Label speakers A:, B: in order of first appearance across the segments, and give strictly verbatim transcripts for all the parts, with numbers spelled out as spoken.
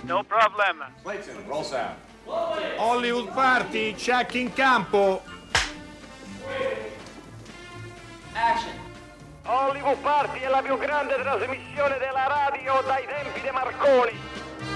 A: No problem.
B: Clayton, roll sound.
C: Hollywood Party, check in campo.
A: Action. Hollywood Party è la più grande trasmissione della radio dai tempi di Marconi.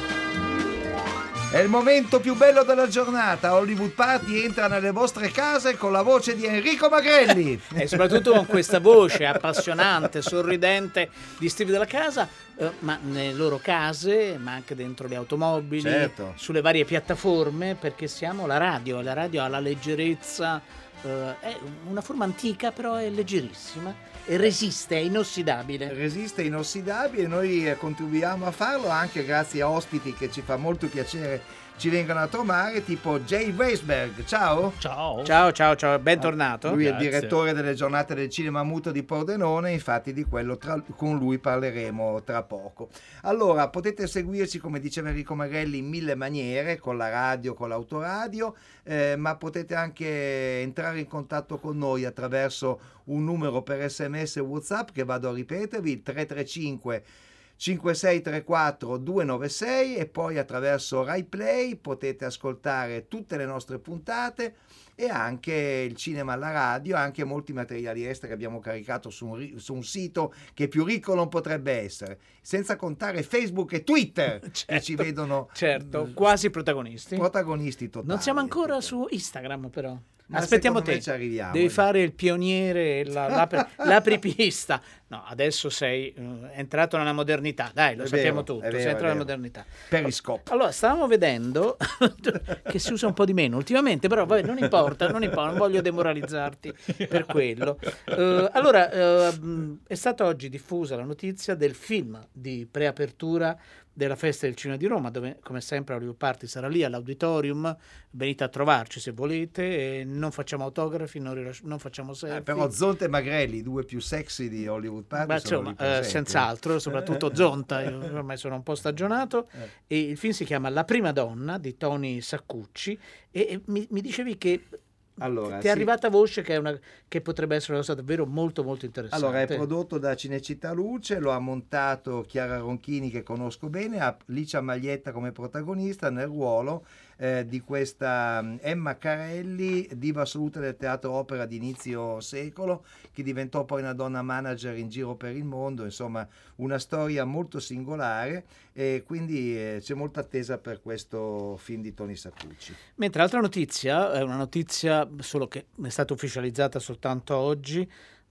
D: È il momento più bello della giornata. Hollywood Party entra nelle vostre case con la voce di Enrico Magrelli
E: e soprattutto con questa voce appassionante, sorridente di Steve Della Casa, eh, ma nelle loro case, ma anche dentro le automobili,
D: certo,
E: sulle varie piattaforme, perché siamo la radio, la radio ha la leggerezza, eh, è una forma antica però è leggerissima e resiste, è inossidabile.
D: Resiste, inossidabile. Noi contribuiamo a farlo anche grazie a ospiti che ci fa molto piacere ci vengano a trovare, tipo Jay Weisberg. Ciao.
E: Ciao. Ciao, ciao, ciao, bentornato.
D: Lui
E: Grazie.
D: è il direttore delle giornate del cinema muto di Pordenone, infatti di quello tra, con lui parleremo tra poco. Allora, potete seguirci, come diceva Enrico Magrelli, in mille maniere, con la radio, con l'autoradio, eh, ma potete anche entrare in contatto con noi attraverso un numero per sms e WhatsApp che vado a ripetervi, tre tre cinque cinque sei tre quattro due nove sei, e poi attraverso Rai Play potete ascoltare tutte le nostre puntate e anche il cinema alla radio, anche molti materiali esteri che abbiamo caricato su un, su un sito che più ricco non potrebbe essere, senza contare Facebook e Twitter, certo, che ci vedono
E: certo, quasi protagonisti
D: protagonisti totali.
E: Non siamo ancora
D: totali.
E: Su Instagram però.
D: Ma
E: aspettiamo te,
D: ci arriviamo,
E: devi
D: eh.
E: fare il pioniere, la, l'apri, l'apripista. No, adesso sei uh, entrato nella modernità, dai, lo
D: è
E: sappiamo
D: vero,
E: tutto,
D: vero,
E: sei entrato nella
D: vero.
E: modernità.
D: Periscope.
E: Allora, stavamo vedendo che si usa un po' di meno ultimamente, però vabbè, non importa, non importa, non voglio demoralizzarti per quello. Uh, allora, uh, è stata oggi diffusa la notizia del film di preapertura della Festa del Cinema di Roma, dove come sempre Hollywood Party sarà lì all'auditorium, venite a trovarci se volete, e non facciamo autografi, non, rilasci- non facciamo selfie.
D: Eh, però Zonta e Magrelli, i due più sexy di Hollywood Party,
E: Beh,
D: sono
E: insomma,
D: lì presenti.
E: eh, senz'altro, soprattutto Zonta, io ormai sono un po' stagionato,
D: eh.
E: e il film si chiama La prima donna di Tony Saccucci, e, e mi, mi dicevi che
D: Allora,
E: ti
D: sì.
E: è arrivata voce che, è una, che potrebbe essere una cosa davvero molto molto interessante.
D: Allora, è prodotto da Cinecittà Luce, lo ha montato Chiara Ronchini, che conosco bene, ha Licia Maglietta come protagonista nel ruolo eh, di questa Emma Carelli, diva assoluta del teatro opera di inizio secolo, che diventò poi una donna manager in giro per il mondo, insomma una storia molto singolare, e quindi eh, c'è molta attesa per questo film di Tony Saccucci.
E: Mentre l'altra notizia è una notizia solo che è stata ufficializzata soltanto oggi,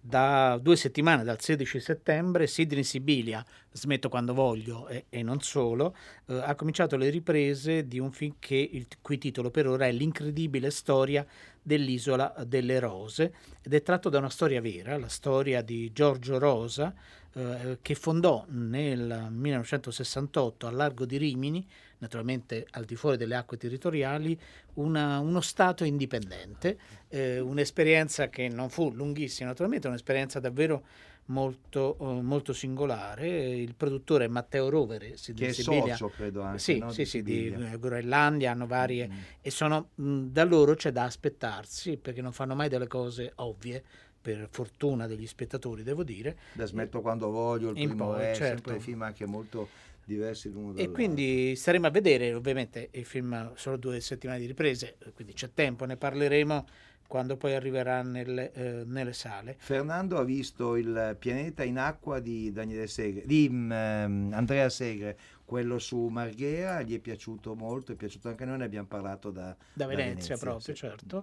E: da due settimane, dal sedici settembre, Sidney Sibilia, Smetto quando voglio e, e non solo, eh, ha cominciato le riprese di un film che il cui titolo per ora è L'incredibile storia dell'Isola delle Rose, ed è tratto da una storia vera, la storia di Giorgio Rosa, eh, che fondò nel millenovecentosessantotto al largo di Rimini, naturalmente al di fuori delle acque territoriali, una, uno stato indipendente, eh, un'esperienza che non fu lunghissima, naturalmente un'esperienza davvero molto, uh, molto singolare. Il produttore è Matteo Rovere,
D: che è
E: Sibilia,
D: socio, credo anche,
E: sì,
D: no?
E: sì,
D: di
E: sì, di
D: Sibilia.
E: eh, Groenlandia, hanno varie,
D: Mm.
E: e sono mh, da loro c'è da aspettarsi, perché non fanno mai delle cose ovvie, per fortuna degli spettatori, devo dire.
D: Da Smetto quando voglio, il
E: In
D: primo
E: poi,
D: è
E: certo.
D: sempre film anche molto diversi l'uno
E: E
D: dall'altro.
E: quindi staremo a vedere, ovviamente il film solo due settimane di riprese, quindi c'è tempo, ne parleremo quando poi arriverà nelle, eh, nelle sale.
D: Fernando ha visto Il pianeta in acqua di Daniele Segre, di um, Andrea Segre, quello su Marghera, gli è piaciuto molto, è piaciuto anche a noi, ne abbiamo parlato da,
E: Da Venezia,
D: da Venezia
E: proprio,
D: sì.
E: certo.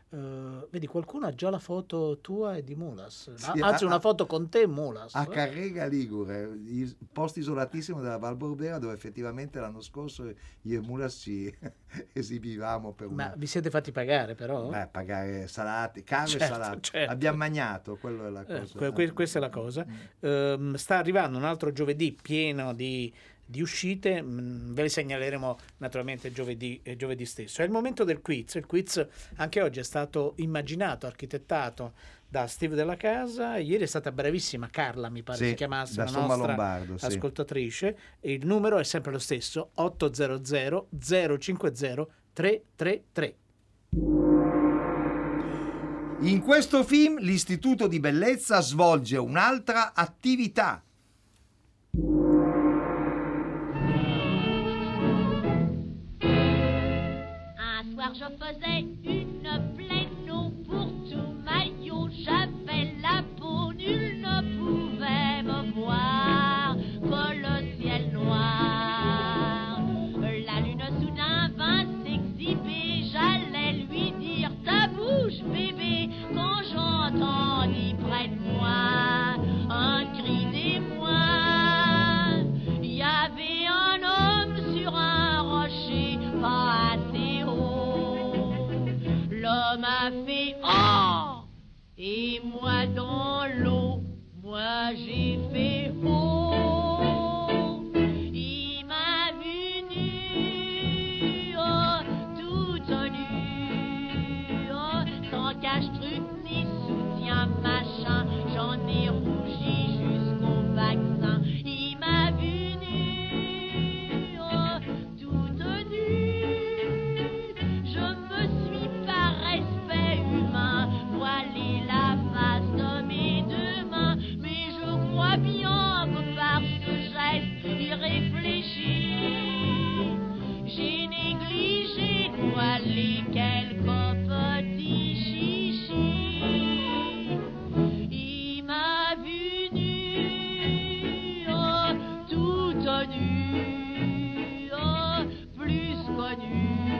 E: Uh, vedi, qualcuno ha già la foto tua e di Mulas,
D: Sì,
E: anzi
D: a-
E: una foto con te e Mulas.
D: A Carrega Ligure, il posto isolatissimo della Val Borbera, dove effettivamente l'anno scorso io e Mulas ci esibivamo per una...
E: Ma vi siete fatti pagare però?
D: Beh, pagare salati, caro
E: Certo,
D: e salato.
E: certo.
D: Abbiamo magnato, quello è la
E: Eh,
D: cosa.
E: que- que- questa è la cosa. Ehm, sta arrivando un altro giovedì pieno di, di uscite, mm, ve le segnaleremo naturalmente giovedì, eh, giovedì stesso. È il momento del quiz. Il quiz anche oggi è stato immaginato, architettato da Steve Della Casa. Ieri è stata bravissima Carla, mi pare
D: Sì,
E: si chiamasse,
D: da
E: la
D: Somma
E: nostra
D: Lombardo, sì.
E: ascoltatrice. E il numero è sempre lo stesso, ottocento zero cinquanta tre tre tre.
D: In questo film l'Istituto di Bellezza svolge un'altra attività.
B: car je faisais une pleine eau pour tout maillot. J'avais la peau, nul ne pouvait me voir que le ciel noir. La lune soudain vint s'exhiber, j'allais lui dire ta bouche bébé, quand j'entendis près de moi un cri d'émoi. Il y avait un homme sur un rocher pas assez haut. L'homme a fait oh, et moi dans l'eau, moi j'ai fait oh. Il m'a vu nu, oh, toute nue, oh, sans cache-truc ni soutien machin, j'en ai rougi jusqu'au vaccin. Il m'a vu nu, oh, toute nue, je me suis par respect humain voilé la face de mes deux mains, mais je crois bien que par ce geste irréfléchi, j'ai négligé de voiler quelques petits chichis. Il m'a vu nu, oh, toute nue, oh, plus connue.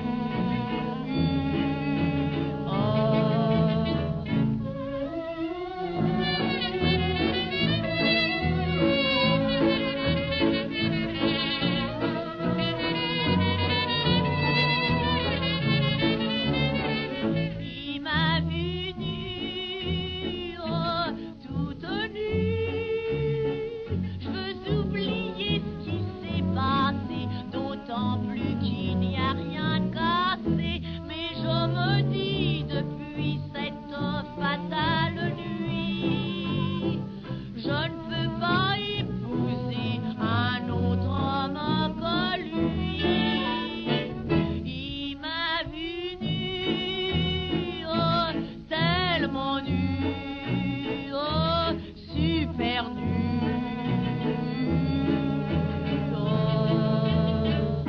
B: Il m'a vu nu, oh, toute nue. Je veux oublier ce qui s'est passé, d'autant plus qu'il n'y a rien cassé. Mais je me dis depuis cette fatale nuit, je ne peux pas épouser un autre homme que lui. Il m'a vu nu, oh, tellement nu, oh, super nu, oh.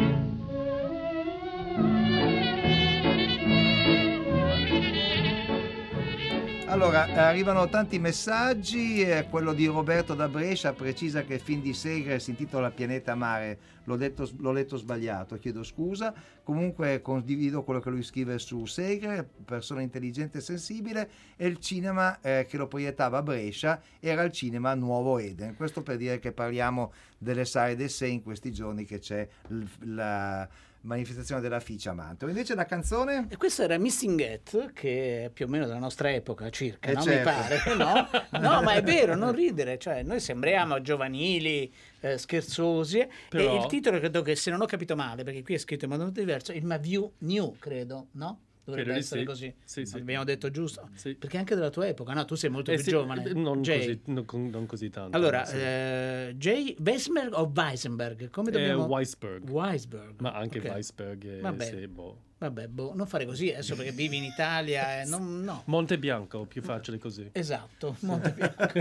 D: Allora, arrivano tanti messaggi, eh, quello di Roberto da Brescia precisa che il film di Segre si intitola Pianeta Mare, l'ho, detto, l'ho letto sbagliato, chiedo scusa, comunque condivido quello che lui scrive su Segre, persona intelligente e sensibile, e il cinema eh, che lo proiettava a Brescia era il cinema Nuovo Eden, questo per dire che parliamo delle sale del sé in questi giorni che c'è l- la manifestazione della Ficia a Mantova. Invece la canzone?
E: E questa era Missing It, che è più o meno della nostra epoca circa,
D: Eh
E: no?
D: certo.
E: Mi pare, no? No, ma è vero, non ridere, cioè noi sembriamo giovanili, eh, scherzosi,
F: Però-
E: e il titolo credo che, se non ho capito male, perché qui è scritto in modo molto diverso, il Ma View New, credo, no? Dovrebbe
F: Credo di
E: essere
F: sì.
E: così.
F: Sì, sì.
E: Abbiamo detto giusto?
F: Sì.
E: Perché anche della tua epoca, no? Tu sei molto
F: Eh
E: più
F: sì,
E: giovane.
F: eh, non
E: Jay.
F: così, non, con- non così tanto.
E: Allora,
F: sì.
E: eh, Jay Weisberg o Weisenberg? Come dobbiamo...
F: Eh, Weisberg.
E: Weisberg.
F: Ma anche
E: ok.
F: Weisberg è
E: Vabbè.
F: sì, boh.
E: Vabbè, boh, non fare così adesso perché vivi in Italia e non, no.
F: Monte Bianco, più facile così.
E: Esatto, Monte Bianco.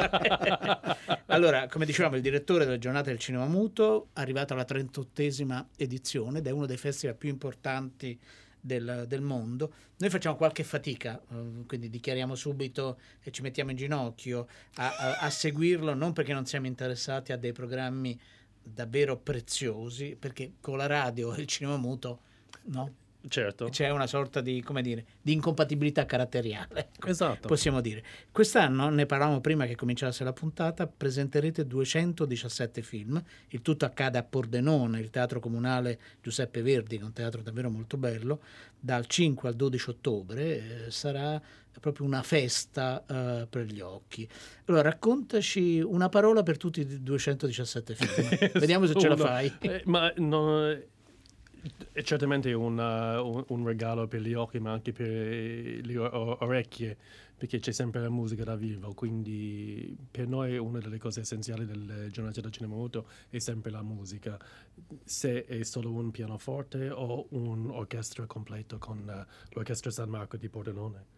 E: Allora, come dicevamo, il direttore della giornata del cinema muto è arrivato alla trentottesima edizione ed è uno dei festival più importanti del, del mondo. Noi facciamo qualche fatica, eh, quindi dichiariamo subito e ci mettiamo in ginocchio a, a, a seguirlo, non perché non siamo interessati a dei programmi davvero preziosi, perché con la radio e il cinema muto, no?
F: Certo.
E: C'è una sorta di, come dire, di incompatibilità caratteriale, ecco,
F: Esatto.
E: possiamo dire. Quest'anno, ne parlavamo prima che cominciasse la puntata, presenterete duecentodiciassette film, il tutto accade a Pordenone, il teatro comunale Giuseppe Verdi, che è un teatro davvero molto bello, dal cinque al dodici ottobre, eh, sarà proprio una festa eh, per gli occhi. Allora raccontaci una parola per tutti i duecentodiciassette film, vediamo se ce la
F: Uno.
E: fai.
F: Eh, ma no, è certamente un, uh, un, un regalo per gli occhi, ma anche per le o- orecchie, perché c'è sempre la musica da vivo, quindi per noi una delle cose essenziali del giornata del cinema muto è sempre la musica, se è solo un pianoforte o un orchestra completo con uh, l'orchestra San Marco di Pordenone.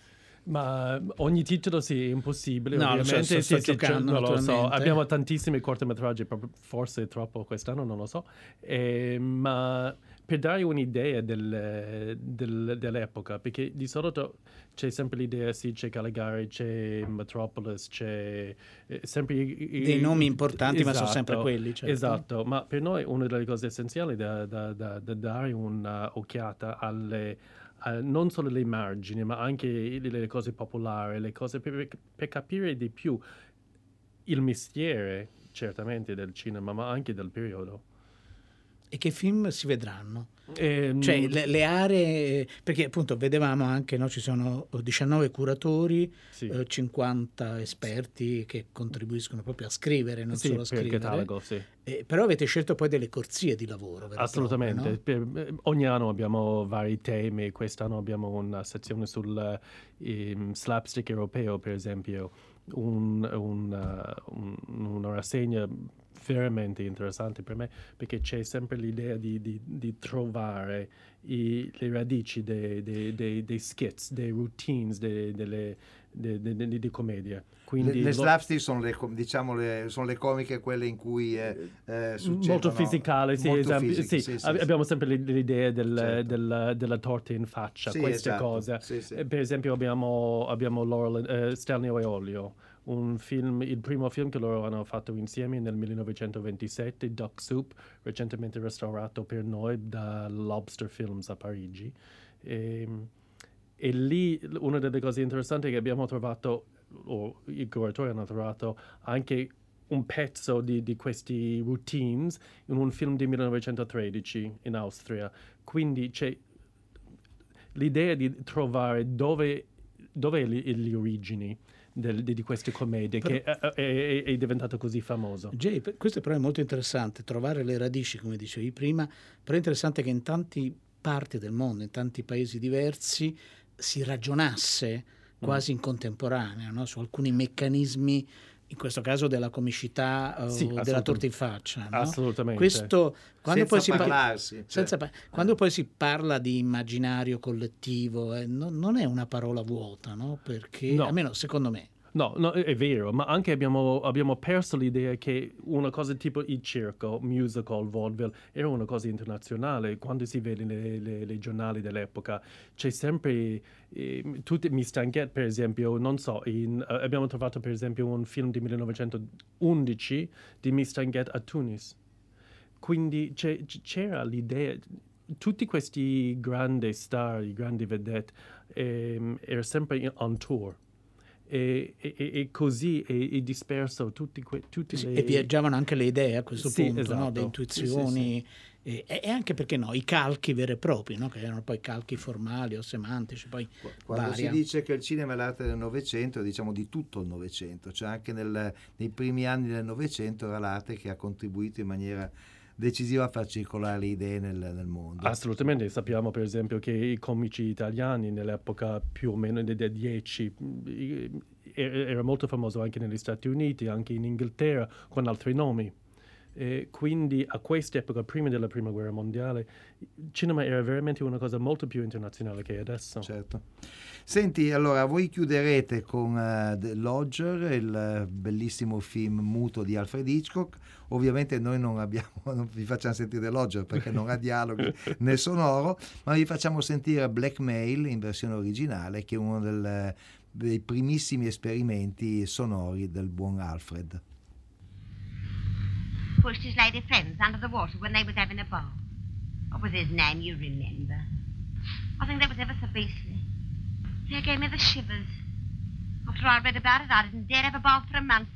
F: Ma ogni titolo sì, è impossibile,
E: No, lo so,
F: ovviamente.
E: sto- sto
F: sì, sì,
E: giocando,
F: non lo so.
E: naturalmente.
F: Abbiamo tantissimi cortometraggi, proprio- forse troppo quest'anno, non lo so. Eh, ma per dare un'idea del, del, dell'epoca, perché di solito c'è sempre l'idea, sì, c'è Caligari, c'è Metropolis, c'è eh, sempre... I,
E: dei nomi importanti,
F: esatto,
E: ma sono sempre quelli. Certo.
F: Esatto, ma per noi una delle cose essenziali è da, da, da, da dare un'occhiata alle... Uh, non solo le margini, ma anche le, le cose popolari, le cose per, per capire di più il mestiere, certamente, del cinema, ma anche del periodo.
E: E che film si vedranno?
F: Ehm,
E: Cioè le, le aree, perché appunto vedevamo anche, no, ci sono diciannove curatori,
F: sì.
E: eh, cinquanta esperti che contribuiscono proprio a scrivere, non
F: sì,
E: solo a
F: per
E: scrivere.
F: il catalogo, sì.
E: Eh, però avete scelto poi delle corsie di lavoro.
F: Assolutamente.
E: Proprio, no?
F: Per, ogni anno abbiamo vari temi, quest'anno abbiamo una sezione sul um, slapstick europeo, per esempio, un, un, uh, un, una rassegna veramente interessante per me, perché c'è sempre l'idea di, di, di trovare i, le radici dei, dei, dei, dei skits, dei routines, dei, delle, de, de, de, di commedia. Quindi
D: le, le
F: lo...
D: slapstick sono le, diciamo, le, sono le comiche, quelle in cui eh, eh, succedono...
F: Molto fisicale, sì,
D: molto
F: esempio,
D: fisiche,
F: sì,
D: sì, sì,
F: abbiamo
D: sì.
F: sempre l'idea del,
D: Certo.
F: del, della torta in faccia,
D: Sì,
F: queste
D: esatto.
F: cose.
D: Sì, sì.
F: Eh, per esempio abbiamo, abbiamo Laurel, eh, Stelnio e Olio, un film, il primo film che loro hanno fatto insieme nel millenovecentoventisette, Duck Soup, recentemente restaurato per noi da Lobster Films a Parigi. E, e lì una delle cose interessanti è che abbiamo trovato, o i curatori hanno trovato anche un pezzo di, di questi routines in un film di millenovecentotredici in Austria. Quindi c'è l'idea di trovare dove, dove le, le origini del, di, di queste commedie, però, che è, è, è diventato così famoso.
E: Jay, questo però è molto interessante, trovare le radici, come dicevi prima, però è interessante che in tante parti del mondo, in tanti paesi diversi, si ragionasse quasi in contemporanea, no? Su alcuni meccanismi, in questo caso della comicità o
F: sì,
E: della torta in faccia. No?
F: Assolutamente.
E: Questo, quando
D: senza
E: poi si
D: parlarsi.
E: Par-
D: cioè.
E: senza par- quando poi si parla di immaginario collettivo, eh, no, non è una parola vuota, no? Perché,
F: no.
E: almeno secondo me,
F: No, no, è vero, ma anche abbiamo, abbiamo perso l'idea che una cosa tipo il circo, musical, vaudeville, era una cosa internazionale. Quando si vede le, le, le giornali dell'epoca, c'è sempre, eh, tutti, Miss Tanguette, per esempio, non so, in, uh, abbiamo trovato per esempio un film di millenovecentoundici di Miss Tanguette a Tunis. Quindi c'è, c'era l'idea, tutti questi grandi star, i grandi vedette, eh, erano sempre on tour. E, e, e così è, è disperso tutti, que, tutti
E: sì,
F: le...
E: e viaggiavano anche le idee a questo
F: sì,
E: punto,
F: esatto.
E: no? Le intuizioni,
F: sì, sì, sì.
E: E, e anche perché no, i calchi veri e propri, no? Che erano poi calchi formali o semantici. Poi
D: quando
E: varia.
D: si dice che il cinema è l'arte del Novecento, diciamo di tutto il Novecento, cioè anche nel, nei primi anni del Novecento era l'arte che ha contribuito in maniera decisiva a far circolare le idee nel, nel mondo.
F: Assolutamente, sappiamo per esempio che i comici italiani nell'epoca più o meno dei dieci era molto famoso anche negli Stati Uniti, anche in Inghilterra, con altri nomi. E quindi a quest'epoca, prima della Prima Guerra Mondiale, il cinema era veramente una cosa molto più internazionale che adesso.
D: Certo. Senti, allora voi chiuderete con uh, The Lodger, il uh, bellissimo film muto di Alfred Hitchcock. Ovviamente noi non abbiamo, non vi facciamo sentire The Lodger perché non ha dialoghi né sonoro, ma vi facciamo sentire Blackmail in versione originale, che è uno del, dei primissimi esperimenti sonori del buon Alfred.
G: Pushed his lady friends under the water when they was having a ball. What was his name, you remember? I think that was ever so beastly. It gave me the shivers. After I read about it, I didn't dare have a ball for a month.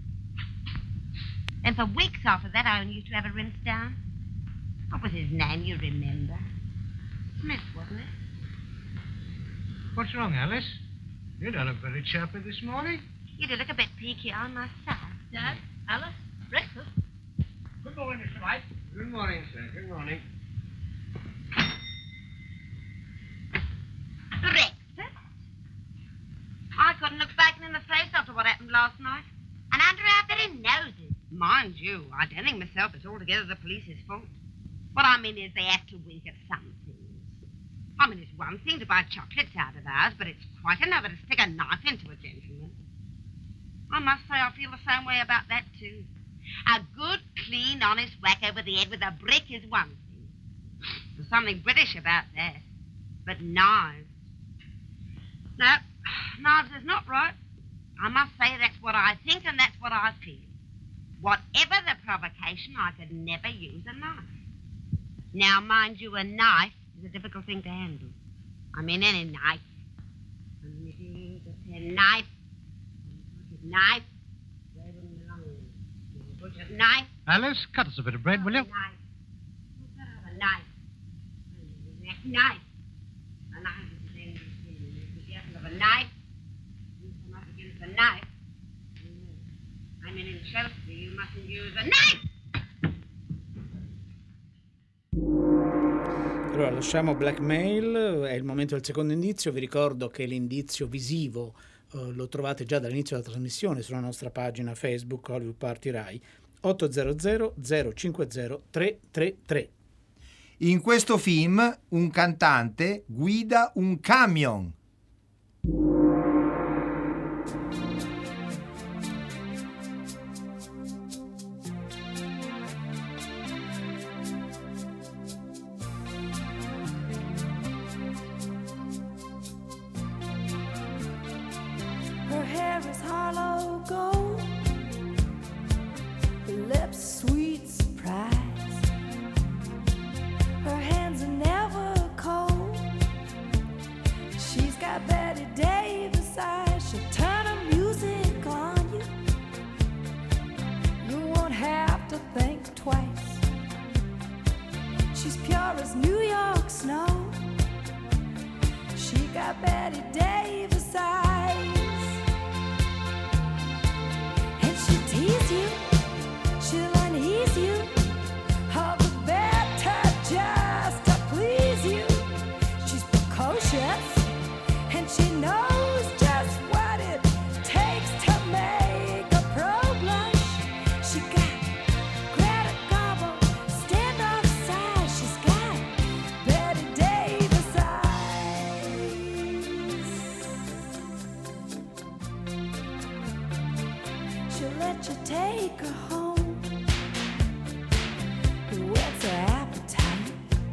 G: And for weeks after that, I only used to have a rinse down. What was his name, you remember? Smith, wasn't it?
H: What's wrong, Alice? You don't look very chirpy this morning.
G: You do look a bit peaky, I must say.
B: Dad, Alice, breakfast.
H: Good morning, Mister White. Good morning, sir. Good morning.
G: Breakfast? I couldn't look bacon in the face after what happened last night. And under our very noses. Mind you, I don't think myself it's altogether the police's fault. What I mean is they have to wink at some things. I mean, it's one thing to buy chocolates out of ours, but it's quite another to stick a knife into a gentleman. I must say I feel the same way about that, too. A good, clean, honest whack over the head with a brick is one thing. There's something British about that. But knives. No, knives is not right. I must say that's what I think and that's what I feel. Whatever the provocation, I could never use a knife. Now, mind you, a knife is a difficult thing to handle. I mean, any knife. A knife. Knife. Butcher's knife.
H: Alice, cut us a bit of bread, will you?
G: A knife. A knife. A knife. A knife is the thing. Be careful of a knife. You come up against a knife. I mean, in Chelsea, you mustn't use a knife!
E: Allora, lasciamo Blackmail, è il momento del secondo indizio. Vi ricordo che l'indizio visivo eh, lo trovate già dall'inizio della trasmissione sulla nostra pagina Facebook Hollywood Party Rai. ottocento zero cinquanta tre tre tre.
D: In questo film un cantante guida un camion.
I: Her hair is hollow gold, her lips sweet surprise. Her hands are never cold. She's got Betty Davis eyes. She'll turn her music on you. You won't have to think twice. She's pure as New York snow. She got Betty Davis eyes. Tease you, she'll unease you, all the better just to please you. She's precocious, and she knows just what it takes to make a pro blush. She got Greta Garbo, stand off side. She's got Betty Davis eyes. She'll let you take her home. Whet's her appetite?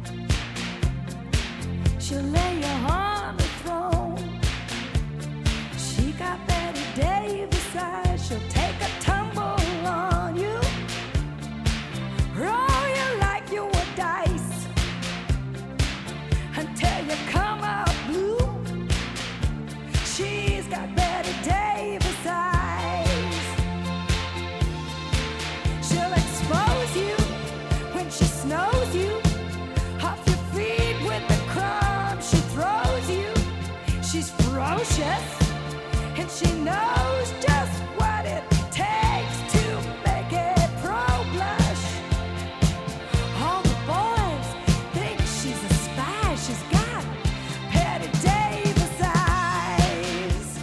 I: She'll lay you on the throne. She got Betty Davis eyes. She'll take a tumble on you, roll you like you were dice, until you come out blue. She's got Betty Davis eyes. She'll expose you when she snows you off your feet with the crumbs she throws you. She's ferocious, and she knows just what it takes to make a pro blush. All the boys think she's a spy. She's got Betty Davis eyes.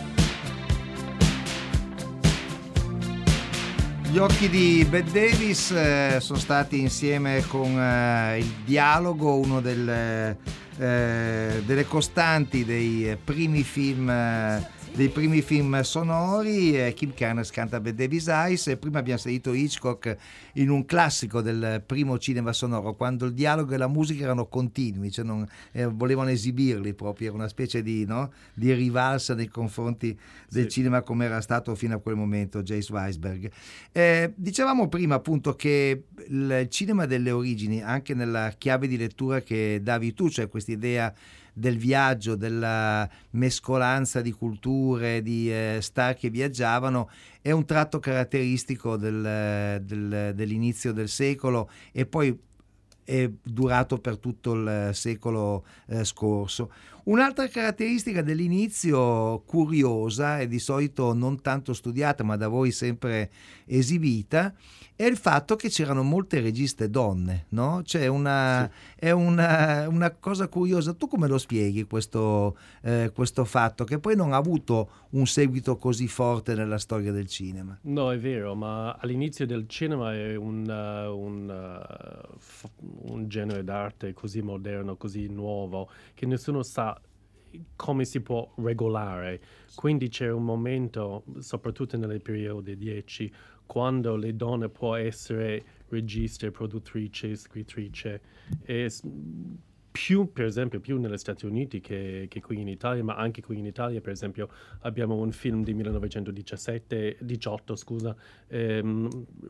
D: Gli occhi di Bette Davis eh, sono stati, insieme con eh, il dialogo, uno del, eh, delle costanti dei primi film eh, dei primi film sonori. eh, Kim Carnes canta Bette Davis Eyes, e prima abbiamo sentito Hitchcock in un classico del primo cinema sonoro, quando il dialogo e la musica erano continui, cioè non, eh, volevano esibirli proprio, era una specie di, no, di rivalsa nei confronti del
F: Sì.
D: cinema come era stato fino a quel momento Jace Weisberg. Eh, dicevamo prima appunto che il cinema delle origini, anche nella chiave di lettura che davi tu, cioè questa idea del viaggio, della mescolanza di culture, di eh, star che viaggiavano, è un tratto caratteristico del, del, dell'inizio del secolo, e poi è durato per tutto il secolo eh, scorso. Un'altra caratteristica dell'inizio curiosa, e di solito non tanto studiata ma da voi sempre esibita, è il fatto che c'erano molte registe donne, no? C'è una, sì. È una, una cosa curiosa. Tu come lo spieghi questo, eh, questo fatto, che poi non ha avuto un seguito così forte nella storia del cinema?
F: No, è vero, ma all'inizio del cinema è un, uh, un, uh, f- un genere d'arte così moderno, così nuovo, che nessuno sa come si può regolare. Quindi c'è un momento, soprattutto nelle periodi dieci, quando le donne può essere regista, produttrice, scrittrice, e più, per esempio, più negli Stati Uniti che, che qui in Italia, ma anche qui in Italia, per esempio, abbiamo un film di millenovecentodiciassette, diciotto, scusa, ehm,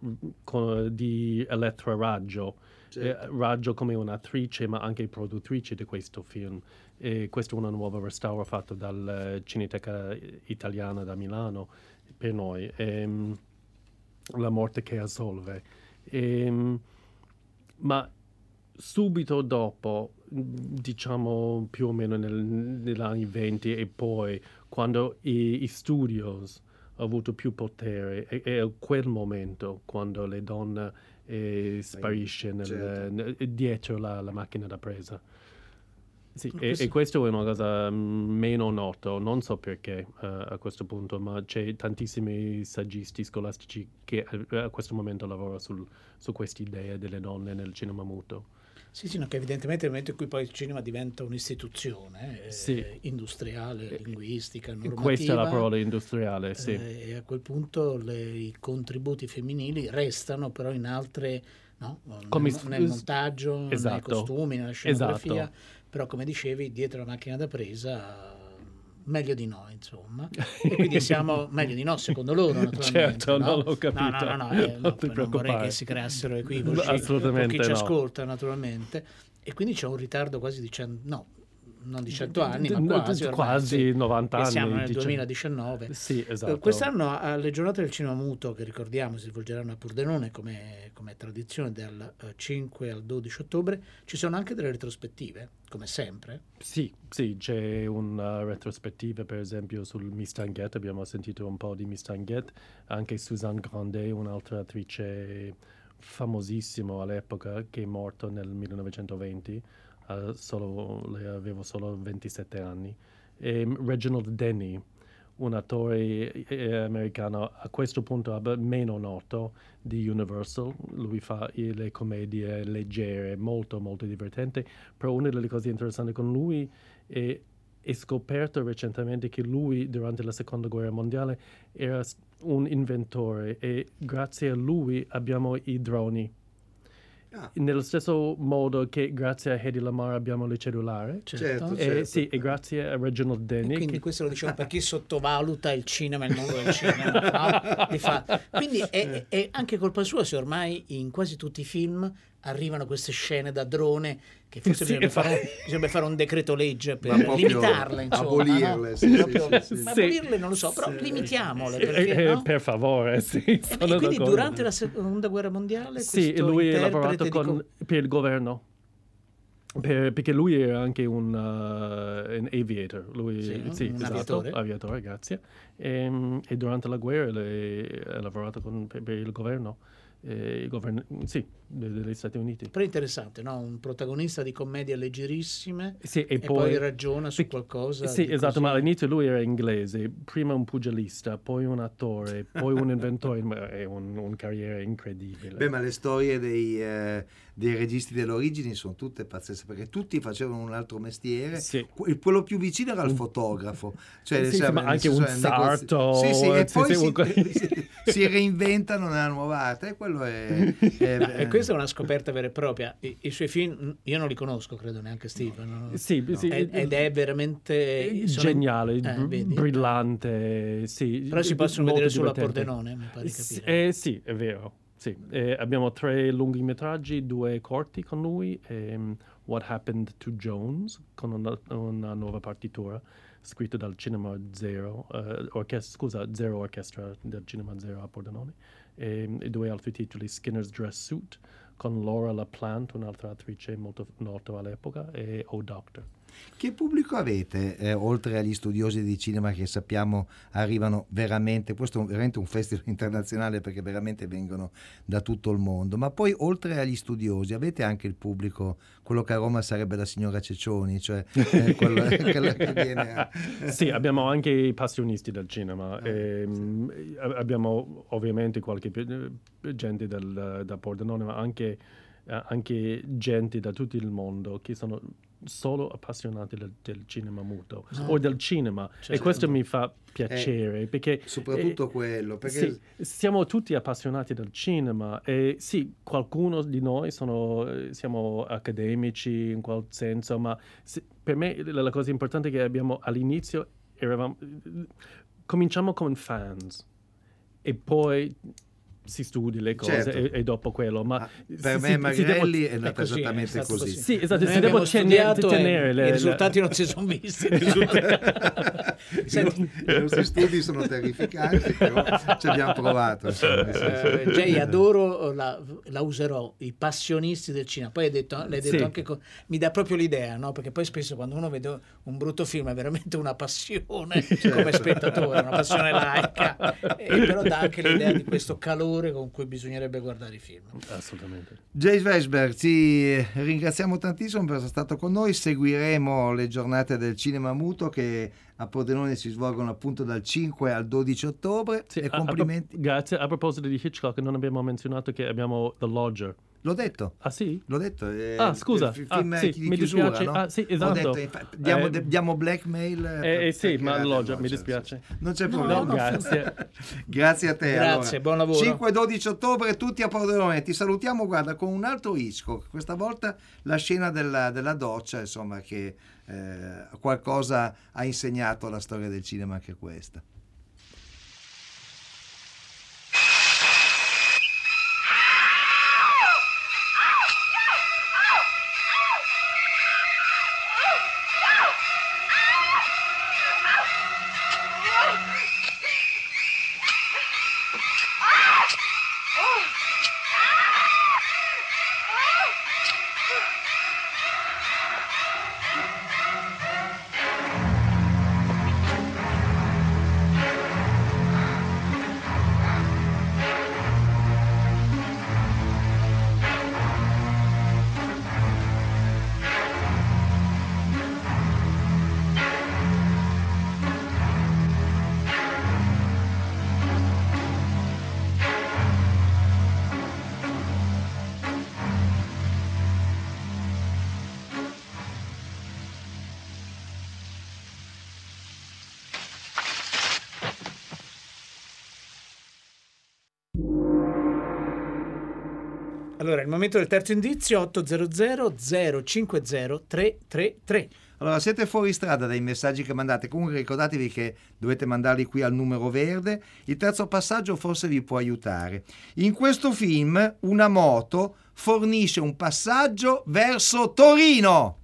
F: con, di Elettra Raggio, certo. eh, Raggio come un'attrice, ma anche produttrice di questo film. E questo è una nuova restauro fatto dalla Cineteca Italiana da Milano per noi. Ehm, La morte che assolve. Ehm, ma subito dopo, diciamo più o meno nel, negli anni venti e poi, quando i, i studios hanno avuto più potere, è, è quel momento quando le donne eh, sparisce nel,
D: certo.
F: nel, dietro la, la macchina da presa. Sì, e,
E: questo...
F: e questo è una cosa meno nota, non so perché uh, a questo punto, ma c'è tantissimi saggisti scolastici che a, a questo momento lavorano sul, su questa idea delle donne nel cinema muto.
E: Sì, sì, no, che evidentemente nel momento in cui poi il cinema diventa un'istituzione eh,
F: sì.
E: industriale, linguistica, normativa.
F: Questa è la parola industriale, sì.
E: Eh, e a quel punto le, i contributi femminili restano però in altre, no?
F: Come
E: nel, nel montaggio,
F: esatto.
E: nei costumi, nella scenografia,
F: esatto.
E: però come dicevi, dietro la macchina da presa meglio di no, insomma. E quindi siamo meglio di no secondo loro, naturalmente.
F: Certo,
E: no?
F: non l'ho capito.
E: No, no, no, no, eh,
F: non,
E: no non vorrei che si creassero equivoci
F: Assolutamente
E: con chi ci
F: no.
E: ascolta, naturalmente. E quindi c'è un ritardo quasi di cento, no, non di cento anni, ma quasi, ormai,
F: quasi
E: sì,
F: novanta anni.
E: Siamo nel
F: diciamo.
E: duemiladiciannove.
F: Sì, esatto.
E: Quest'anno alle giornate del cinema muto, che ricordiamo si svolgeranno a Pordenone come, come tradizione dal cinque al dodici ottobre, ci sono anche delle retrospettive, come sempre.
F: Sì, sì, c'è una retrospettiva per esempio sul Mistinguett, abbiamo sentito un po' di Mistinguett, anche Suzanne Grandet, un'altra attrice famosissima all'epoca che è morta nel millenovecentoventi. Uh, solo, lei aveva solo ventisette anni. E Reginald Denny, un attore eh, americano a questo punto meno noto di Universal. Lui fa eh, le commedie leggere, molto molto divertenti, però una delle cose interessanti con lui è, è scoperto recentemente che lui durante la seconda guerra mondiale era un inventore e grazie a lui abbiamo i droni. Ah. Nello stesso modo che grazie a Hedy Lamarr abbiamo le cellulari.
E: Certo,
F: e,
E: certo.
F: Sì, e grazie a Reginald Denny.
E: E quindi
F: che...
E: questo lo diciamo per chi sottovaluta il cinema e il mondo del cinema. No? Di fatto. Quindi è, è anche colpa sua se ormai in quasi tutti i film arrivano queste scene da drone che forse sì, bisogna, fa... fare, bisogna fare un decreto legge per limitarle, insomma,
D: abolirle,
E: no?
D: sì,
E: proprio,
D: sì, sì,
E: ma
D: sì.
E: abolirle non lo so, però sì, limitiamole
F: sì,
E: perché,
F: eh,
E: no?
F: Per favore, sì.
E: E, e quindi d'accordo. Durante la seconda guerra mondiale
F: sì, lui ha lavorato con,
E: com...
F: per il governo. Per, perché lui era anche un, uh, un aviator, lui,
E: sì,
F: sì,
E: un
F: esatto,
E: aviatore.
F: aviatore, grazie. E, e durante la guerra lei ha lavorato con, per, per il governo. Eh, govern- sì, degli Stati Uniti.
E: Però interessante, no? Un protagonista di commedie leggerissime
F: sì, e,
E: e
F: poi,
E: poi ragiona su qualcosa.
F: Sì,
E: di
F: esatto,
E: così...
F: ma all'inizio lui era inglese, prima un pugilista, poi un attore, poi un inventore, è un, un carriera incredibile.
D: Beh, ma le storie dei, eh, dei registi delle origini sono tutte pazzesche, perché tutti facevano un altro mestiere.
F: Sì.
D: Quello più vicino era il fotografo, cioè
F: sì, sì, ma anche un sarto.
D: Sì, sì, e
F: sì,
D: poi
F: sì,
D: si, si, si reinventano nella nuova arte, e quello è, è,
E: no, e questa è una scoperta vera e propria. I, i suoi film io non li conosco, credo neanche Steve, no?
F: Sì,
E: no.
F: sì,
E: ed è veramente
F: geniale,
E: sono... eh,
F: brillante, sì.
E: Però si possono vedere solo a Pordenone, mi pare capire.
F: Eh, sì, è vero. Sì. Eh, abbiamo tre lungometraggi, due corti con lui, ehm, What Happened to Jones, con una, una nuova partitura scritto dal Cinema Zero, uh, orchestra, scusa, Zero Orchestra del Cinema Zero a Pordenone, e, e due altri titoli, Skinner's Dress Suit, con Laura LaPlante, un'altra attrice molto nota all'epoca, e Oh Doctor.
D: Che pubblico avete, eh, oltre agli studiosi di cinema che sappiamo arrivano veramente, questo è veramente un festival internazionale perché veramente vengono da tutto il mondo, ma poi oltre agli studiosi avete anche il pubblico, quello che a Roma sarebbe la signora Ceccioni, cioè eh, quello, quello che viene a...
F: Sì, abbiamo anche i passionisti del cinema,
D: ah,
F: e,
D: sì.
F: abbiamo ovviamente qualche gente del, da Pordenone, ma anche uh, anche gente da tutto il mondo che sono solo appassionati del, del cinema muto no. o del cinema, certo. E questo mi fa piacere, eh, perché
D: soprattutto
F: eh,
D: quello, perché
F: sì, siamo tutti appassionati del cinema e sì, qualcuno di noi sono, siamo accademici in qual senso, ma se, per me la, la cosa importante è che abbiamo all'inizio eravamo, cominciamo come fans e poi si studi le cose, certo. e, e dopo quello, ma
D: ah, per
F: si,
D: me Magrelli
F: devo...
D: è andata esattamente
E: è
D: così.
E: così.
F: Sì, esatto,
E: Noi
F: si devo tenere, tenere le,
E: i risultati le... non si sono visti.
D: Senti, i nostri studi sono terrificanti, però ci abbiamo provato.
E: Uh, Jay, adoro, la, la userò, i passionisti del cinema. Poi hai detto, l'hai detto sì. anche con, mi dà proprio l'idea, no? Perché poi spesso quando uno vede un brutto film è veramente una passione, certo. come spettatore, una passione laica, e però dà anche l'idea di questo calore con cui bisognerebbe guardare i film.
F: Assolutamente.
D: Jay Weisberg, ci ringraziamo tantissimo per essere stato con noi. Seguiremo le giornate del cinema muto che a Pordenone si svolgono appunto dal cinque al dodici ottobre. Sì, e complimenti.
F: A, a, grazie. A proposito di Hitchcock, non abbiamo menzionato che abbiamo The Lodger.
D: L'ho detto.
F: Ah sì?
D: L'ho detto. Eh,
F: ah scusa.
D: Il film
F: ah, sì,
D: di
F: mi
D: chiusura,
F: dispiace.
D: no?
F: Ah sì, esatto.
D: Ho detto, diamo, eh, diamo blackmail.
F: Eh, eh sì, ma Lodger, mi dispiace.
D: Non c'è problema.
F: No, grazie.
D: Grazie a te.
E: Grazie,
D: allora.
E: buon lavoro.
D: cinque e dodici ottobre tutti a Pordenone. Ti salutiamo, guarda, con un altro Hitchcock. Questa volta la scena della, della doccia, insomma, che eh, qualcosa ha insegnato alla storia del cinema anche questa.
E: Allora, il momento del terzo indizio, otto zero zero zero cinque zero tre tre tre.
D: Allora, siete fuori strada dai messaggi che mandate, comunque ricordatevi che dovete mandarli qui al numero verde. Il terzo passaggio forse vi può aiutare. In questo film una moto fornisce un passaggio verso Torino.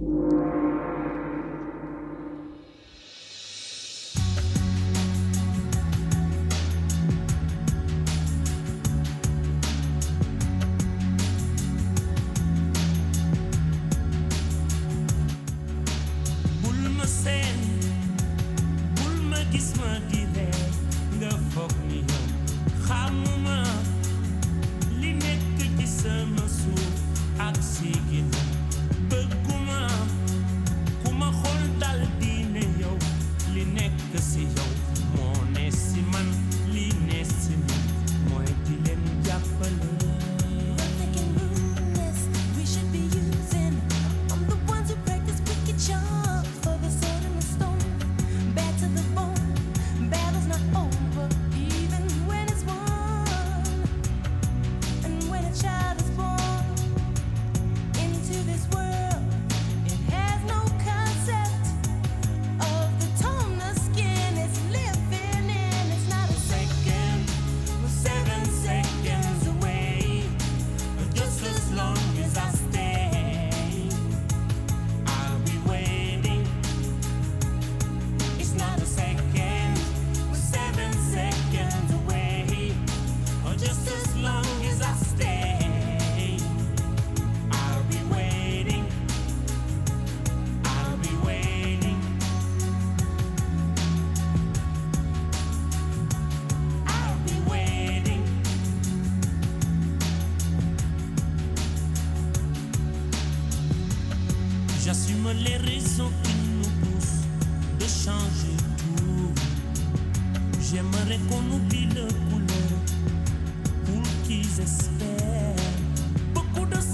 J: J'assume les raisons qui nous poussent de changer tout. J'aimerais qu'on oublie le couleur pour qu'ils espèrent beaucoup de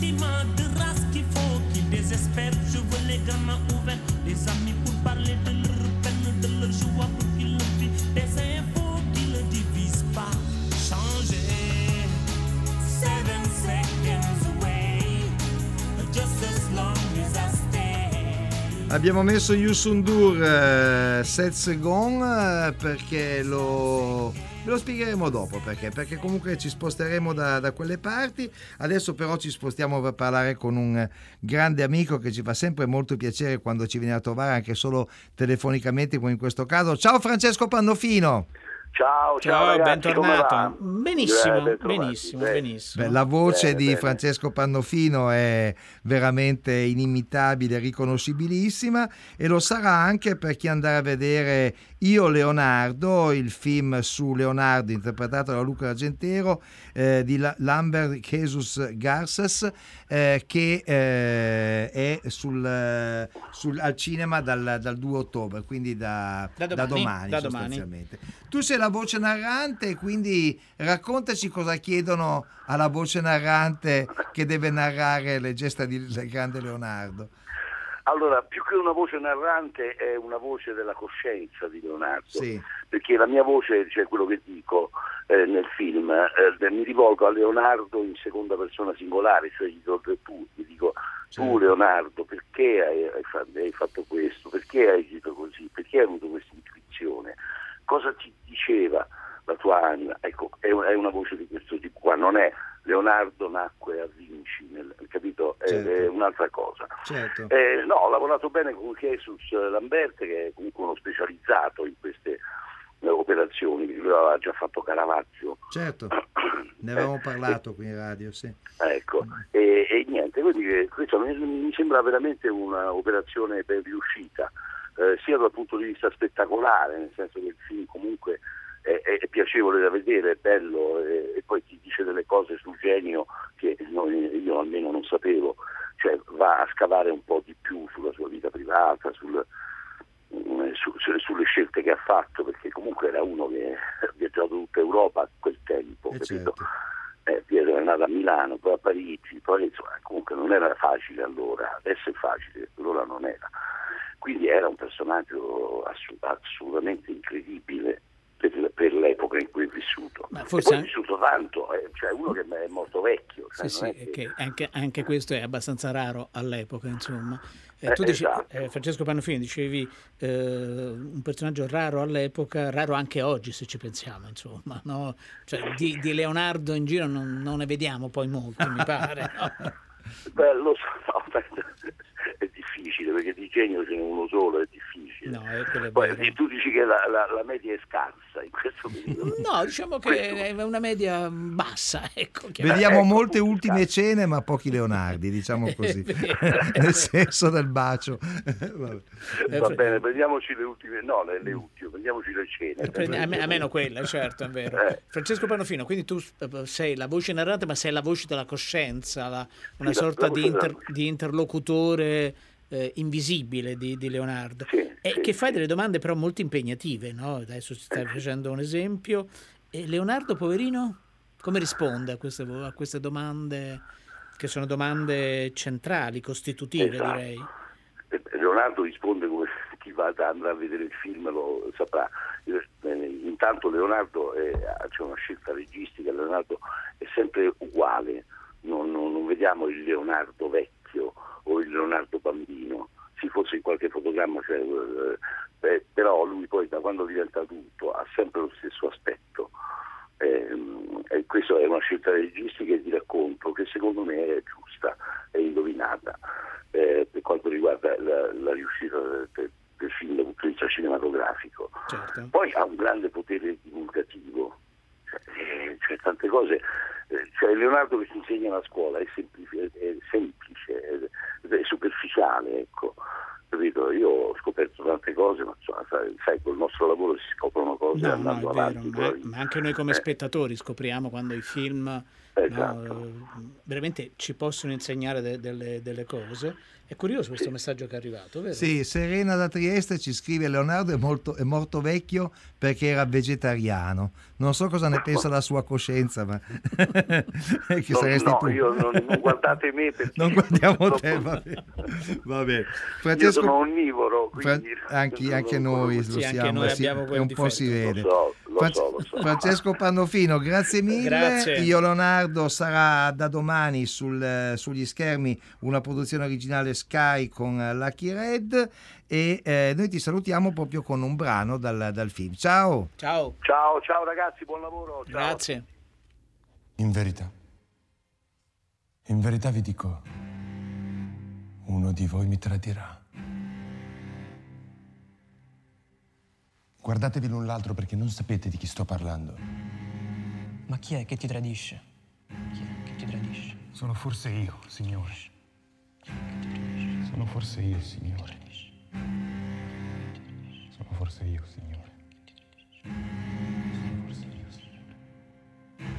J: sentiments de race qu'il faut qu'ils désespèrent. Je veux les gamins ouverts, les amis pour parler de leur peine, de leur joie pour qu'ils le vivent. Des infos qui ne divisent pas. Changer. Seven seconds away. Just as long as I stay.
D: Abbiamo messo Youssou N'Dour eh, Sept Seconds eh, perché lo, ve lo spiegheremo dopo perché, perché comunque ci sposteremo da, da quelle parti. Adesso però ci spostiamo per parlare con un grande amico che ci fa sempre molto piacere quando ci viene a trovare, anche solo telefonicamente come in questo caso. Ciao Francesco Pannofino.
K: Ciao, ciao,
E: ciao
K: ragazzi,
E: bentornato.
K: come va?
E: Benissimo,
K: Eh,
E: benissimo,
K: bene.
E: benissimo.
D: Beh, la voce
K: Bene,
D: di
K: bene.
D: Francesco Pannofino è veramente inimitabile, riconoscibilissima, e lo sarà anche per chi andrà a vedere Io Leonardo, il film su Leonardo interpretato da Luca Argentero eh, di La- Lambert Jesus Garces eh, che eh, è sul, eh, sul- al cinema dal, dal due ottobre, quindi da,
E: Da
D: da
E: domani,
D: domani,
E: da domani.
D: sostanzialmente. Tu sei la voce narrante, quindi raccontaci cosa chiedono alla voce narrante che deve narrare le gesta di- del grande Leonardo.
K: Allora, più che una voce narrante è una voce della coscienza di Leonardo,
D: Sì.
K: perché la mia voce, cioè quello che dico eh, nel film, eh, mi rivolgo a Leonardo in seconda persona singolare, cioè gli do tu, gli dico tu
D: Certo.
K: Leonardo, perché hai, hai fa- hai fatto questo, perché hai agito così, perché hai avuto questa intuizione, cosa ti diceva la tua anima? Ecco, è, un- è una voce di questo tipo qua, non è Leonardo nacque a Vinci, nel, capito? È,
D: Certo.
K: è un'altra cosa.
D: Certo.
K: Eh, no, ho lavorato bene con Jesus Lambert, che è comunque uno specializzato in queste eh, operazioni, lui aveva già fatto Caravaggio.
D: Certo, ne avevamo parlato qui in radio, sì.
K: Ecco, e, e niente, quindi eh, questo mi, mi sembra veramente un'operazione ben riuscita, eh, sia dal punto di vista spettacolare, nel senso che il film comunque è, è piacevole da vedere, è bello, e, e poi ti dice delle cose sul genio che noi, io almeno non sapevo, cioè va a scavare un po' di più sulla sua vita privata, sul, eh, su, su- sulle scelte che ha fatto, perché comunque era uno che ha viaggiato tutta Europa a quel tempo,
D: Eh,
K: capito?
D: certo.
K: Eh, Pietro è nato a Milano, poi a Parigi, poi insomma, comunque non era facile allora, adesso è facile, allora non era. Quindi era un personaggio assu- assolutamente incredibile per, per l'epoca in cui è vissuto.
E: Ma
K: E
E: forse
K: poi è
E: an-
K: vissuto tanto, eh, cioè uno che è morto vecchio.
E: Sì,
K: cioè,
E: sì,
K: non è
E: è
K: che-
E: che anche, anche questo è abbastanza raro all'epoca, insomma. Eh,
K: Eh,
E: tu dici,
K: esatto.
E: eh, Francesco Pannofino, dicevi eh, un personaggio raro all'epoca, raro anche oggi se ci pensiamo, insomma, no? Cioè, di, di Leonardo in giro non, non ne vediamo poi molti, mi pare. No?
K: Beh, lo so, no, è difficile perché di genio ce n'è uno solo, è difficile.
E: No, eh, quello è
K: Poi
E: vero.
K: tu dici che la, la- la media è scarsa in questo periodo.
E: No, diciamo che
K: Questo-
E: è una media bassa, ecco.
D: Vediamo
K: ecco,
D: molte
K: appunto,
D: ultime
K: scatto.
D: cene, ma pochi Leonardi, diciamo così,
E: È vero.
D: nel senso del bacio. Vabbè.
E: Eh,
K: Va
E: fre-
K: bene, prendiamoci le ultime, no, le, le ultime, prendiamoci le cene.
E: Prendi- a me- almeno quella, certo, è vero.
K: Eh.
E: Francesco Pannofino, quindi tu eh, sei la voce narrante, ma sei la voce della coscienza, la- una
K: Sì, la-
E: sorta
K: la
E: di,
K: voce della
E: inter-
K: coscienza.
E: di interlocutore eh, invisibile di, di Leonardo.
K: Sì,
E: e
K: sì,
E: che fai
K: sì.
E: delle domande però molto impegnative, no? Adesso ci stai facendo un esempio. E Leonardo, poverino, come risponde a queste, vo- a queste domande, che sono domande centrali, costitutive,
K: Esatto.
E: direi?
K: Eh, Leonardo risponde come chi va ad andare a vedere il film lo saprà. Eh, Intanto Leonardo è- c'è una scelta registica, Leonardo è sempre uguale, non, non- non vediamo il Leonardo vecchio o il Leonardo bambino, sì forse in qualche fotogramma c'è, eh, eh, però lui poi da quando diventa adulto ha sempre lo stesso aspetto. Ehm, e questa è una scelta registica e di racconto che secondo me è giusta, è indovinata eh, per quanto riguarda la, la riuscita del, del- del film dal punto di vista cinematografico.
E: Certo.
K: Poi ha un grande potere divulgativo, cioè, eh, cioè tante cose, eh, cioè Leonardo che si insegna alla scuola è, semplice, è semplice, è, è superficiale, ecco. Capito? Io ho scoperto tante cose, ma insomma, sai, sai, col nostro lavoro si scoprono cose
E: No, no,
K: andando
E: è vero,
K: avanti.
E: ma,
K: poi.
E: ma anche noi come
K: Eh.
E: spettatori scopriamo quando i film
K: Esatto.
E: no? Veramente ci possono insegnare de- delle, delle cose. È curioso questo messaggio che è arrivato, vero?
D: Sì, Serena da Trieste ci scrive: Leonardo è, molto, è morto vecchio perché era vegetariano. Non so cosa ne pensa la sua coscienza, ma che
K: No,
D: saresti
K: no,
D: tu.
K: io non, non guardate me perché
D: Non guardiamo
K: purtroppo-
D: te, va bene. Va bene.
K: Io
D: Francesco,
K: sono onnivoro,
D: Fra-
K: quindi
D: anche,
K: non-
D: anche
K: non-
D: noi lo
E: Sì, anche
D: siamo,
E: noi
D: sì,
E: abbiamo
D: e
E: quel
D: un po' si
E: difetto.
D: vede.
K: Lo so, lo
D: Fran-
K: so, lo so.
D: Francesco Pannofino, grazie mille.
E: Grazie.
D: Io Leonardo sarà da domani sul, eh, sugli schermi una produzione originale Sky con eh, Lucky Red e eh, noi ti salutiamo proprio con un brano dal, dal film. Ciao.
E: Ciao.
K: Ciao, ciao ragazzi, buon lavoro. Ciao.
E: Grazie.
L: In verità, in verità vi dico, uno di voi mi tradirà. Guardatevi l'un l'altro perché non sapete di chi sto parlando.
M: Ma chi è che ti tradisce? Chi è che ti tradisce?
L: Sono forse io, Signore. Sono forse io, Signore. Sono forse io, Signore. Sono forse io, Signore.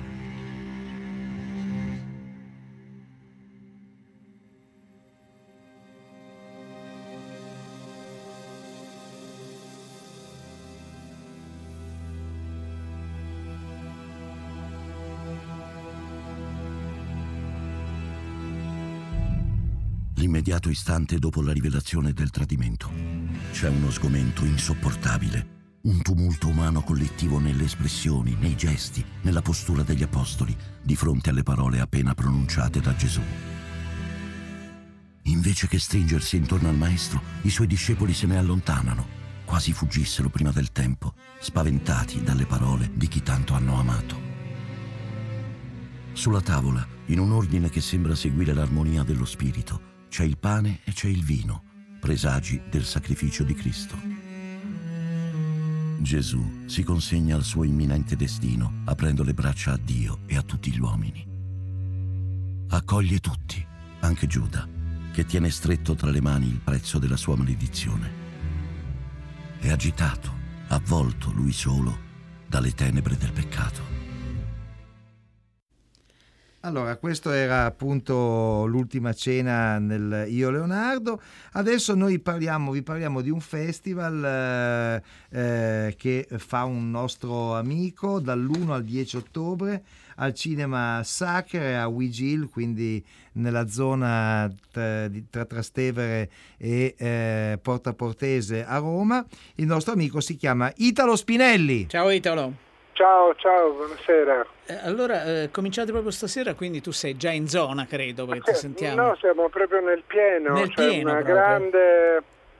N: L'immediato istante dopo la rivelazione del tradimento. C'è uno sgomento insopportabile, un tumulto umano collettivo nelle espressioni, nei gesti, nella postura degli apostoli di fronte alle parole appena pronunciate da Gesù. Invece che stringersi intorno al Maestro, i suoi discepoli se ne allontanano, quasi fuggissero prima del tempo, spaventati dalle parole di chi tanto hanno amato. Sulla tavola, in un ordine che sembra seguire l'armonia dello spirito, c'è il pane e c'è il vino, presagi del sacrificio di Cristo. Gesù si consegna al suo imminente destino, aprendo le braccia a Dio e a tutti gli uomini. Accoglie tutti, anche Giuda, che tiene stretto tra le mani il prezzo della sua maledizione. È agitato, avvolto lui solo dalle tenebre del peccato.
D: Allora, questo era appunto l'ultima cena nel Io Leonardo. Adesso noi parliamo, vi parliamo di un festival eh, eh, che fa un nostro amico dall'primo al dieci ottobre al Cinema Sacre a Wigil, quindi nella zona tra, tra Trastevere e eh, Porta Portese a Roma. Il nostro amico si chiama Italo Spinelli.
E: Ciao Italo.
O: Ciao, ciao, buonasera.
E: Eh, allora, eh, cominciate proprio stasera, quindi tu sei già in zona, credo, perché ti sentiamo.
O: No, siamo proprio nel pieno.
E: Nel
O: C'è
E: pieno
O: una
E: proprio.
O: grande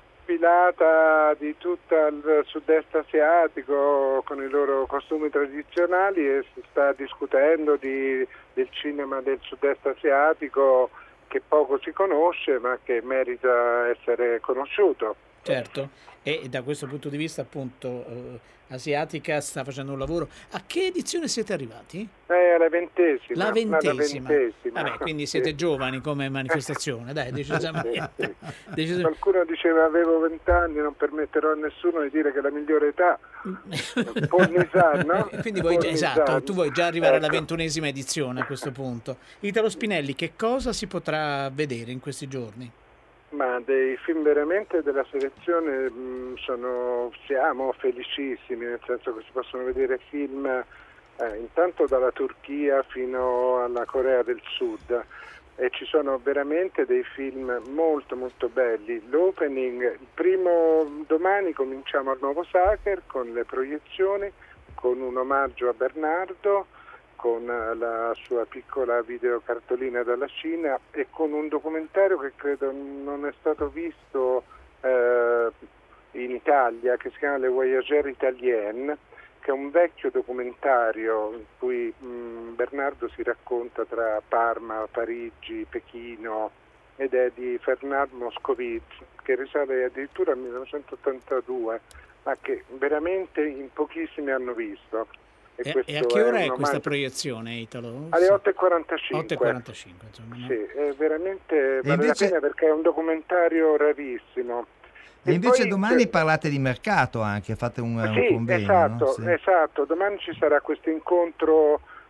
O: filata di tutto il sud-est asiatico con i loro costumi tradizionali e si sta discutendo di, del cinema del sud-est asiatico che poco si conosce ma che merita essere conosciuto.
E: Certo, e da questo punto di vista appunto eh, Asiatica sta facendo un lavoro. A che edizione siete arrivati?
O: È alla ventesima.
E: La ventesima.
O: La ventesima.
E: Vabbè, quindi siete
O: Sì.
E: giovani come manifestazione, dai, decisamente.
O: Sì, sì.
E: Decisamente.
O: Qualcuno diceva avevo vent'anni, non permetterò a nessuno di dire che la migliore età Fornisar, no?
E: Quindi vuoi,
O: Fornisar.
E: esatto, tu vuoi già arrivare alla
O: Ecco.
E: ventunesima edizione a questo punto. Italo Spinelli, che cosa si potrà vedere in questi giorni?
O: Ma dei film veramente della selezione mh, sono, siamo felicissimi, nel senso che si possono vedere film eh, intanto dalla Turchia fino alla Corea del Sud e ci sono veramente dei film molto molto belli. L'opening, il primo domani cominciamo al Nuovo Sacher con le proiezioni, con un omaggio a Bernardo, con la sua piccola videocartolina dalla Cina e con un documentario che credo non è stato visto eh, in Italia, che si chiama Le Voyageurs Italiennes, che è un vecchio documentario in cui mh, Bernardo si racconta tra Parma, Parigi, Pechino ed è di Fernand Moscovitz, che risale addirittura al millenovecentottantadue, ma che veramente in pochissimi hanno visto.
E: E,
O: questo
E: e a che ora è,
O: un
E: questa
O: omaggio-
E: proiezione, Italo?
O: Alle otto e quarantacinque.
E: otto e quarantacinque, insomma. No?
O: Sì, è veramente vale
D: invece-
O: la pena perché è un documentario rarissimo.
D: E invece
O: poi
D: domani
O: c'è-
D: parlate di mercato anche, fate un, un
O: Sì,
D: convegno,
O: esatto,
D: no? Sì.
O: esatto. Domani ci sarà questo incontro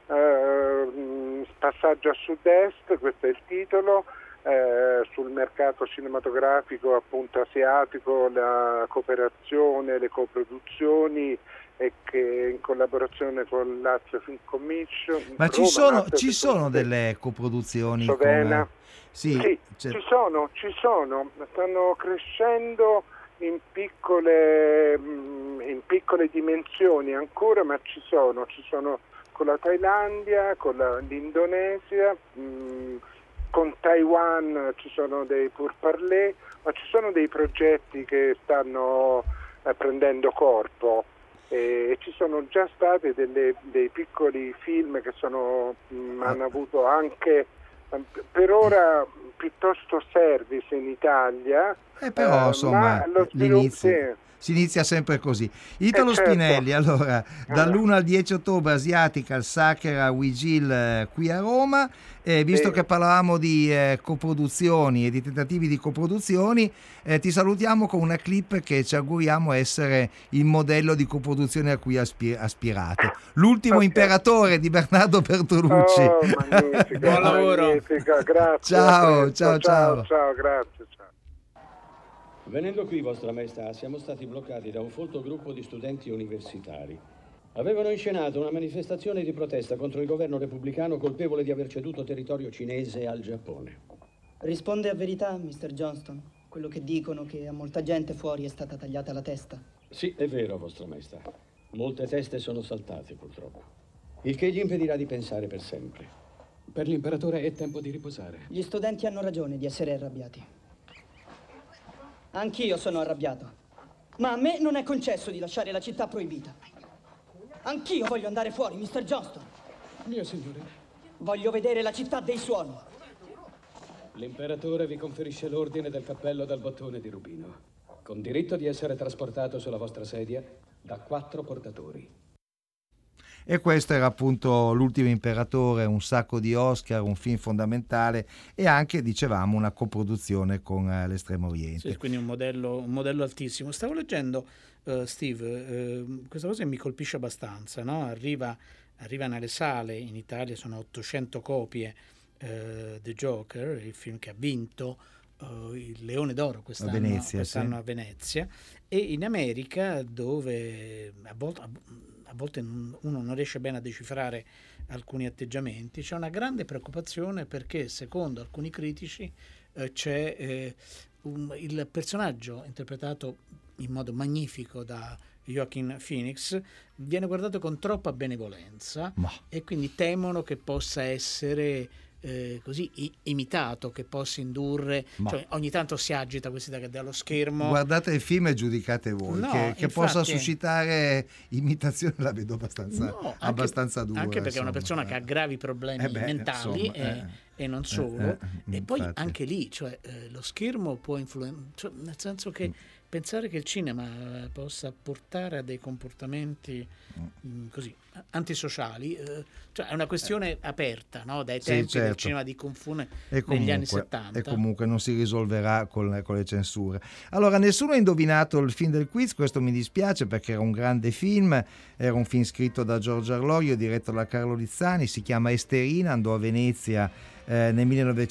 O: eh, Passaggio a Sud-Est, questo è il titolo. Eh, sul mercato cinematografico appunto asiatico, la cooperazione, le coproduzioni, e che in collaborazione con Lazio Film Commission.
D: Ma ci
O: Roma,
D: sono,
O: Lazio
D: ci
O: Film
D: sono
O: Commission,
D: delle coproduzioni
O: Slovena.
D: con... Sì,
O: Sì,
D: c'è-
O: ci sono, ci sono, stanno crescendo in piccole, mh, in piccole dimensioni ancora, ma ci sono, ci sono con la Thailandia, con la- l'Indonesia, mh, con Taiwan ci sono dei pourparlers, ma ci sono dei progetti che stanno eh, prendendo corpo e, e ci sono già stati delle- dei piccoli film che sono, mh, hanno avuto anche eh, per ora piuttosto service in Italia,
D: Eh, però
O: eh,
D: insomma
O: ma lo sviluppo
D: l'inizio, si inizia sempre così. Italo
O: Eh, certo.
D: Spinelli, allora, dall'uno al dieci ottobre Asiatica, il Sacra Wigil eh, qui a Roma, eh, visto
O: Sì.
D: che parlavamo di eh, coproduzioni e di tentativi di coproduzioni, eh, ti salutiamo con una clip che ci auguriamo essere il modello di coproduzione a cui aspi- aspirate. L'ultimo imperatore di Bernardo Bertolucci.
O: Oh, magnifico,
E: Buon lavoro.
O: magnifico, grazie.
D: Ciao,
O: a presto,
D: ciao, ciao.
O: ciao, ciao, grazie. Ciao.
P: Venendo qui, Vostra Maestà, siamo stati bloccati da un folto gruppo di studenti universitari. Avevano inscenato una manifestazione di protesta contro il governo repubblicano colpevole di aver ceduto territorio cinese al Giappone.
Q: Risponde a verità, mister Johnston, quello che dicono che a molta gente fuori è stata tagliata la testa.
P: Sì, è vero, Vostra Maestà. Molte teste sono saltate, purtroppo. Il che gli impedirà di pensare per sempre. Per l'imperatore è tempo di riposare.
Q: Gli studenti hanno ragione di essere arrabbiati. Anch'io sono arrabbiato. Ma a me non è concesso di lasciare la città proibita. Anch'io voglio andare fuori, mister Johnston.
P: Mio signore.
Q: Voglio vedere la città dei suoni.
P: L'imperatore vi conferisce l'ordine del cappello dal bottone di rubino, con diritto di essere trasportato sulla vostra sedia da quattro portatori.
D: E questo era appunto L'ultimo imperatore, un sacco di Oscar, un film fondamentale e anche, dicevamo, una coproduzione con eh, l'Estremo Oriente.
E: Sì, quindi un modello, un modello altissimo. Stavo leggendo, uh, Steve, uh, questa cosa mi colpisce abbastanza, no? Arriva, arriva nelle sale, in Italia sono ottocento copie, uh, The Joker, il film che ha vinto uh, il Leone d'Oro quest'anno a
D: Venezia,
E: quest'anno
D: sì.
E: a Venezia, e in America, dove a volte... A, a volte uno non riesce bene a decifrare alcuni atteggiamenti, c'è una grande preoccupazione perché secondo alcuni critici eh, c'è eh, un, il personaggio interpretato in modo magnifico da Joaquin Phoenix viene guardato con troppa benevolenza
D: Ma.
E: e quindi temono che possa essere eh, così i- imitato, che possa indurre,
D: Ma.
E: cioè, ogni tanto si agita questi da- dallo schermo.
D: Guardate il film e giudicate voi,
E: No,
D: che, che
E: infatti-
D: possa suscitare imitazione la vedo abbastanza,
E: No, anche-
D: abbastanza dura.
E: anche perché è una
D: insomma.
E: persona che ha gravi problemi
D: Eh beh,
E: mentali
D: insomma,
E: e,
D: eh.
E: e non
D: Eh,
E: solo,
D: eh,
E: e poi
D: infatti.
E: anche lì, cioè, eh, lo schermo può influenzare, cioè, nel senso che
D: Mm.
E: pensare che il cinema eh, possa portare a dei comportamenti mh, così antisociali, eh, cioè è una questione aperta, no? Dai
D: Sì,
E: tempi del
D: certo.
E: cinema di Kung Fu ne-
D: E
E: negli anni
D: comunque,
E: settanta.
D: e comunque non si risolverà con, con le censure. Allora, nessuno ha indovinato il film del quiz, questo mi dispiace perché era un grande film, era un film scritto da Giorgio Arloio, diretto da Carlo Lizzani, si chiama Esterina, andò a Venezia eh, nel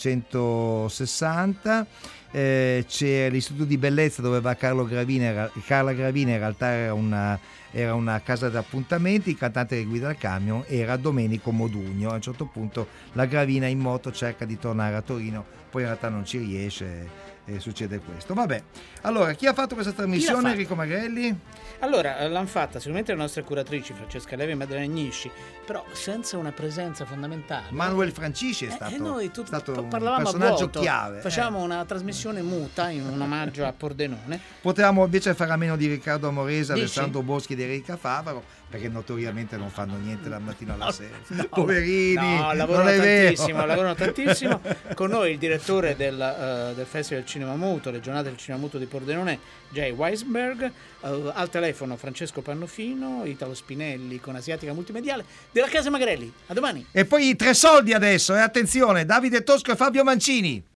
D: millenovecentosessanta. Eh, c'è l'Istituto di Bellezza dove va Carlo Gravina, era- Carla Gravina, in realtà era una, era una casa d'appuntamenti, il cantante che guida il camion era Domenico Modugno. A un certo punto la Gravina in moto cerca di tornare a Torino, poi in realtà non ci riesce e succede questo. Vabbè, allora chi ha fatto questa trasmissione?
E: fatta?
D: Enrico Magrelli?
E: Allora, eh, l'hanno fatta sicuramente le nostre curatrici Francesca Levi e Maddalena Agnisci, però senza una presenza fondamentale.
D: Manuel Francisci è
E: Eh,
D: stato,
E: e noi tutti
D: stato un
E: parlavamo a
D: personaggio
E: vuoto,
D: chiave.
E: facciamo
D: eh.
E: una trasmissione muta in un omaggio a Pordenone.
D: Potevamo invece fare a meno di Riccardo Amoresa,
E: Dici?
D: Alessandro Boschi ed Enrica Favaro, perché notoriamente non fanno niente dal mattino alla
E: No,
D: sera.
E: no.
D: Poverini,
E: No, lavorano
D: non è vero.
E: tantissimo, lavorano tantissimo. Con noi il direttore del, eh, del Festival del Cinema Muto, le giornate del Cinema Muto di Pordenone, Jay Weisberg, eh, al telefono Francesco Pannofino, Italo Spinelli con Asiatica Multimediale della Casa Magrelli. A domani.
D: E poi i tre soldi adesso, e attenzione, Davide Tosco e Fabio Mancini.